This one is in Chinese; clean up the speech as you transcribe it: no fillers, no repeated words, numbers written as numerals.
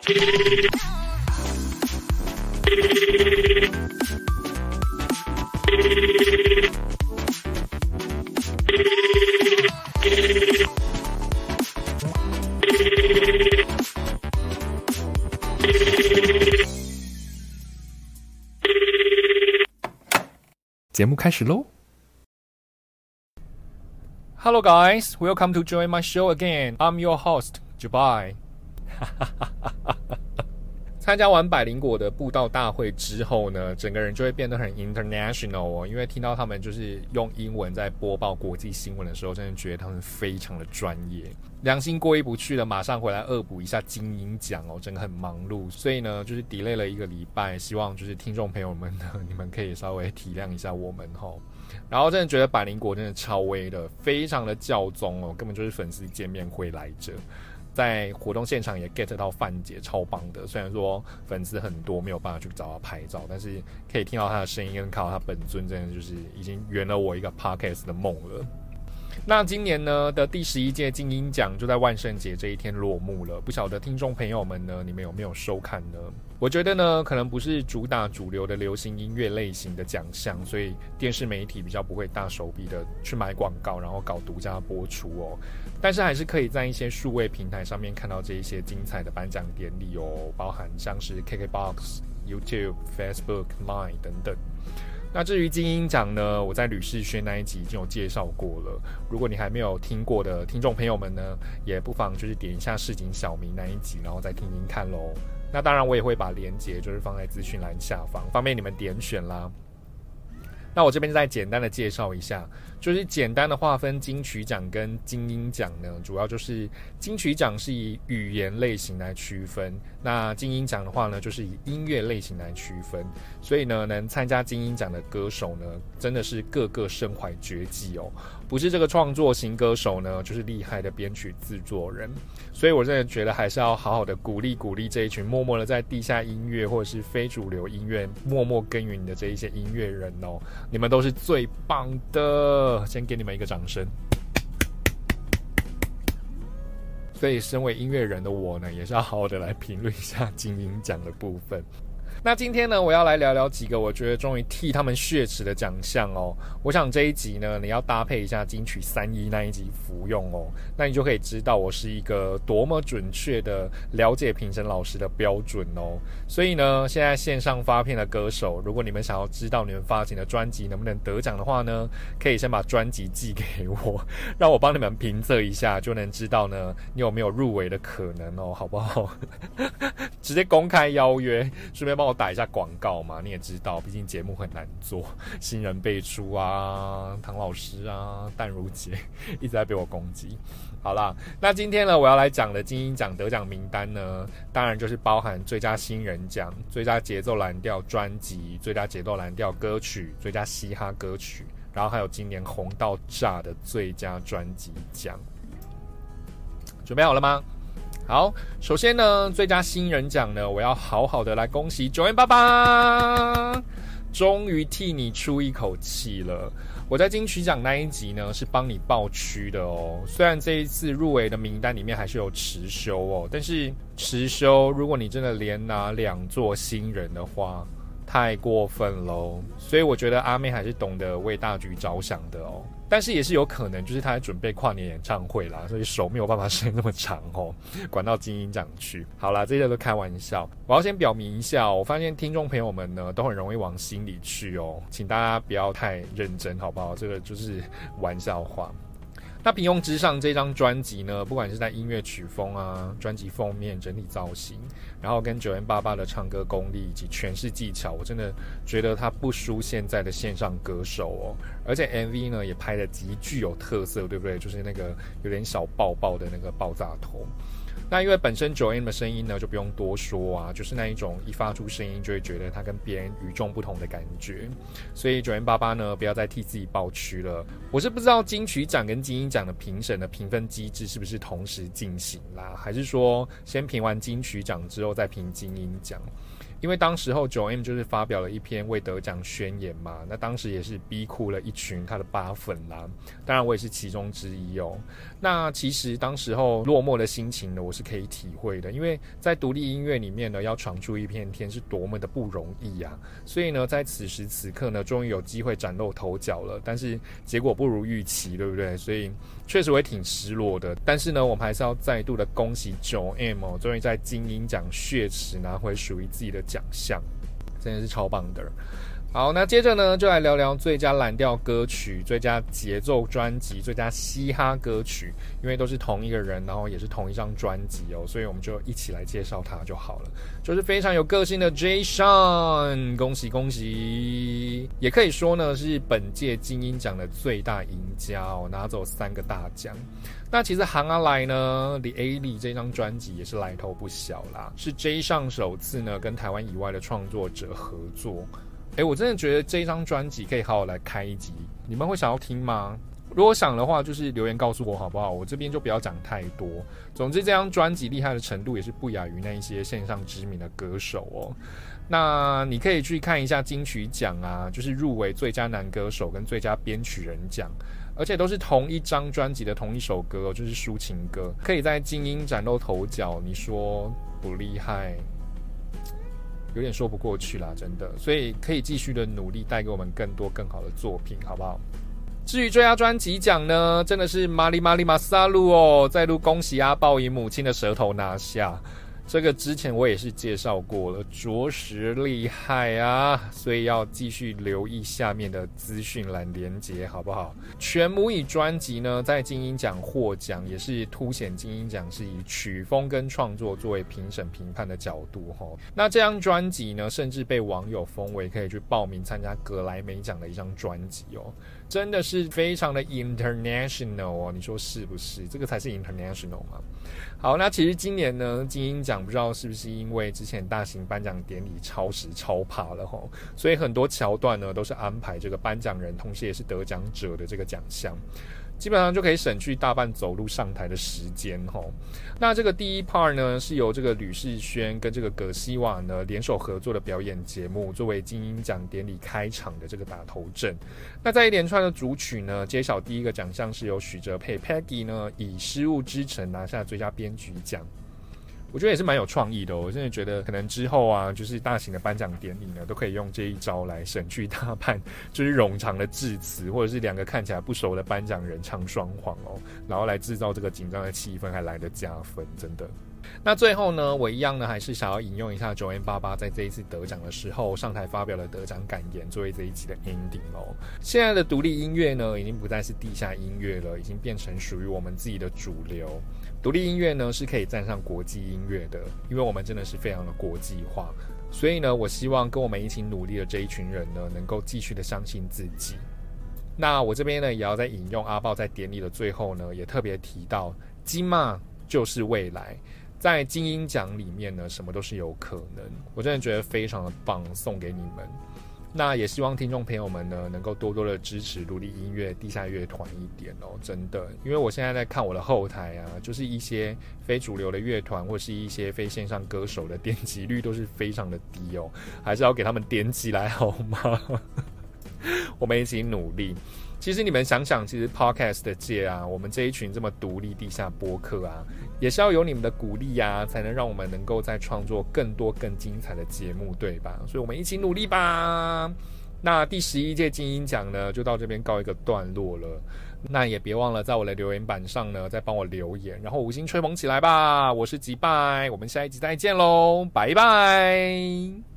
节目开始喽。Hello guys, welcome to join my show again. I'm your host, Jubai. 参加完百灵果的布道大会之后呢，整个人就会变得很 international 哦，因为听到他们就是用英文在播报国际新闻的时候，真的觉得他们非常的专业。良心过意不去的，马上回来恶补一下金鹰奖哦，整个很忙碌，所以呢，就是 delay 了1个礼拜，希望就是听众朋友们呢，你们可以稍微体谅一下我们齁。然后真的觉得百灵果真的超威的，非常的教宗哦，根本就是粉丝见面会来着。在活动现场也 get 到范姐超棒的，虽然说粉丝很多没有办法去找他拍照，但是可以听到他的声音跟看到他本尊，真的就是已经圆了我一个 podcast 的梦了。那今年呢的第11届金鹰奖就在万圣节这一天落幕了，不晓得听众朋友们呢，你们有没有收看呢？我觉得呢，可能不是主打主流的流行音乐类型的奖项，所以电视媒体比较不会大手笔的去买广告，然后搞独家播出哦。但是还是可以在一些数位平台上面看到这一些精彩的颁奖典礼哦，包含像是 KKBOX、YouTube、Facebook、Line 等等。那至于金鹰奖呢，我在吕世轩那一集已经有介绍过了。如果你还没有听过的听众朋友们呢，也不妨就是点一下市井小民那一集，然后再听听看咯。那当然我也会把连结就是放在资讯栏下方，方便你们点选啦。那我这边再简单的介绍一下，就是简单的划分金曲奖跟金鹰奖呢，主要就是金曲奖是以语言类型来区分，那金鹰奖的话呢，就是以音乐类型来区分。所以呢，能参加金鹰奖的歌手呢，真的是个个身怀绝技哦，不是这个创作型歌手呢，就是厉害的编曲制作人。所以我真的觉得还是要好好的鼓励鼓励这一群默默的在地下音乐或者是非主流音乐默默耕耘的这一些音乐人哦，你们都是最棒的，先给你们一个掌声。所以身为音乐人的我呢，也是要好好的来评论一下金鹰奖的部分。那今天呢，我要来聊聊几个我觉得终于替他们血耻的奖项哦。我想这一集呢，你要搭配一下金曲3一那一集服用哦，那你就可以知道我是一个多么准确的了解评审老师的标准哦。所以呢，现在线上发片的歌手，如果你们想要知道你们发行的专辑能不能得奖的话呢，可以先把专辑寄给我，让我帮你们评测一下，就能知道呢你有没有入围的可能哦，好不好？直接公开邀约，顺便帮我打一下广告嘛，你也知道，毕竟节目很难做，新人辈出啊，唐老师啊，淡如姐一直在被我攻击。好啦，那今天呢，我要来讲的金鹰奖得奖名单呢，当然就是包含最佳新人奖、最佳节奏蓝调专辑、最佳节奏蓝调歌曲、最佳嘻哈歌曲，然后还有今年红到炸的最佳专辑奖。准备好了吗？好，首先呢，最佳新人奖呢，我要好好的来恭喜9N爸爸，终于替你出一口气了。我在金曲奖那一集呢，是帮你报区的哦。虽然这一次入围的名单里面还是有持修哦，但是持修如果你真的连拿2座新人的话，太过分喽。所以我觉得阿妹还是懂得为大局着想的哦。但是也是有可能就是他在准备跨年演唱会啦，所以手没有办法伸那么长哦，管到金鹰奖去。好啦，这些都开玩笑。我要先表明一下我发现听众朋友们呢都很容易往心里去哦，请大家不要太认真好不好？这个就是玩笑话。那平庸之上这张专辑呢，不管是在音乐曲风啊、专辑封面、整体造型，然后跟9N爸爸的唱歌功力以及诠释技巧，我真的觉得他不输现在的线上歌手哦。而且 MV 呢也拍得极具有特色，对不对？就是那个有点小爆爆的那个爆炸头。那因为本身9N的声音呢就不用多说啊，就是那一种一发出声音就会觉得他跟别人与众不同的感觉，所以9N爸爸呢不要再替自己抱屈了。我是不知道金曲奖跟金鹰奖的评审的评分机制是不是同时进行啦，还是说先评完金曲奖之后再评金鹰奖？ 因为当时候 9M 就是发表了一篇未得奖宣言嘛，那当时也是逼哭了一群他的8粉啦，当然我也是其中之一哦。那其实当时候落寞的心情呢，我是可以体会的，因为在独立音乐里面呢，要闯出一片天是多么的不容易啊。所以呢，在此时此刻呢，终于有机会崭露头角了，但是结果不如预期，对不对？所以确实会挺失落的。但是呢，我们还是要再度的恭喜 9M 哦，终于在金鹰奖血池拿回属于自己的奖项，真的是超棒的。好，那接着呢，就来聊聊最佳蓝调歌曲、最佳节奏专辑、最佳嘻哈歌曲，因为都是同一个人，然后也是同一张专辑哦，所以我们就一起来介绍他就好了。就是非常有个性的 Jay Sean， 恭喜恭喜！也可以说呢，是本届金鹰奖的最大赢家哦，拿走3个大奖。那其实行阿来呢 The A-Li 这张专辑也是来头不小啦，是 Jay Sean 首次呢跟台湾以外的创作者合作。我真的觉得这张专辑可以好好来开一集，你们会想要听吗？如果想的话，就是留言告诉我好不好？我这边就不要讲太多。总之，这张专辑厉害的程度也是不亚于那一些线上知名的歌手哦。那你可以去看一下金曲奖啊，就是入围最佳男歌手跟最佳编曲人奖，而且都是同一张专辑的同一首歌哦，就是抒情歌，可以在金鹰崭露头角，你说不厉害？有点说不过去啦，真的，所以可以继续的努力，带给我们更多更好的作品，好不好？至于最佳专辑奖呢，真的是马里马萨路哦，再度恭喜阿豹以母亲的舌头拿下。这个之前我也是介绍过了，着实厉害啊！所以要继续留意下面的资讯栏连结，好不好？全母语专辑呢，在金鹰奖获奖，也是凸显金鹰奖是以曲风跟创作作为评审评判的角度齁。那这张专辑呢，甚至被网友封为可以去报名参加格莱美奖的一张专辑哦，真的是非常的 international 哦，你说是不是？这个才是 international 嘛？好，那其实今年呢，金鹰奖不知道是不是因为之前大型颁奖典礼超时超怕了齁，所以很多桥段呢都是安排这个颁奖人，同时也是得奖者的这个奖项。基本上就可以省去大半走路上台的时间齁。那这个第一 part 呢，是由这个吕士轩跟这个葛西瓦呢联手合作的表演节目，作为金鹰奖典礼开场的这个打头阵。那在一连串的主曲呢，揭晓第一个奖项是由许哲佩 Peggy 呢以《失物之城》拿下最佳编曲奖。我觉得也是蛮有创意的哦，我真的觉得可能之后啊，就是大型的颁奖典礼呢，都可以用这一招来省去大半就是冗长的致辞，或者是2个看起来不熟的颁奖人唱双簧哦，然后来制造这个紧张的气氛，还来得加分，真的。那最后呢，我一样呢还是想要引用一下 9M88 在这一次得奖的时候上台发表的得奖感言，作为这一集的 ending 哦。现在的独立音乐呢，已经不再是地下音乐了，已经变成属于我们自己的主流。独立音乐呢是可以站上国际音乐的，因为我们真的是非常的国际化。所以呢，我希望跟我们一起努力的这一群人呢，能够继续的相信自己。那我这边呢，也要再引用阿豹在典礼的最后呢，也特别提到，金马就是未来。在金鹰奖里面呢，什么都是有可能，我真的觉得非常的棒，送给你们。那也希望听众朋友们呢，能够多多的支持独立音乐、地下乐团一点哦，真的，因为我现在在看我的后台啊，就是一些非主流的乐团或是一些非线上歌手的点击率都是非常的低哦，还是要给他们点起来好吗？我们一起努力。其实你们想想，其实 podcast 的界啊，我们这一群这么独立地下播客啊，也是要有你们的鼓励啊，才能让我们能够再创作更多更精彩的节目，对吧？所以我们一起努力吧。那第11届金鹰奖呢，就到这边告一个段落了。那也别忘了在我的留言板上呢，再帮我留言，然后5星吹捧起来吧。我是吉拜，我们下一集再见喽，拜拜。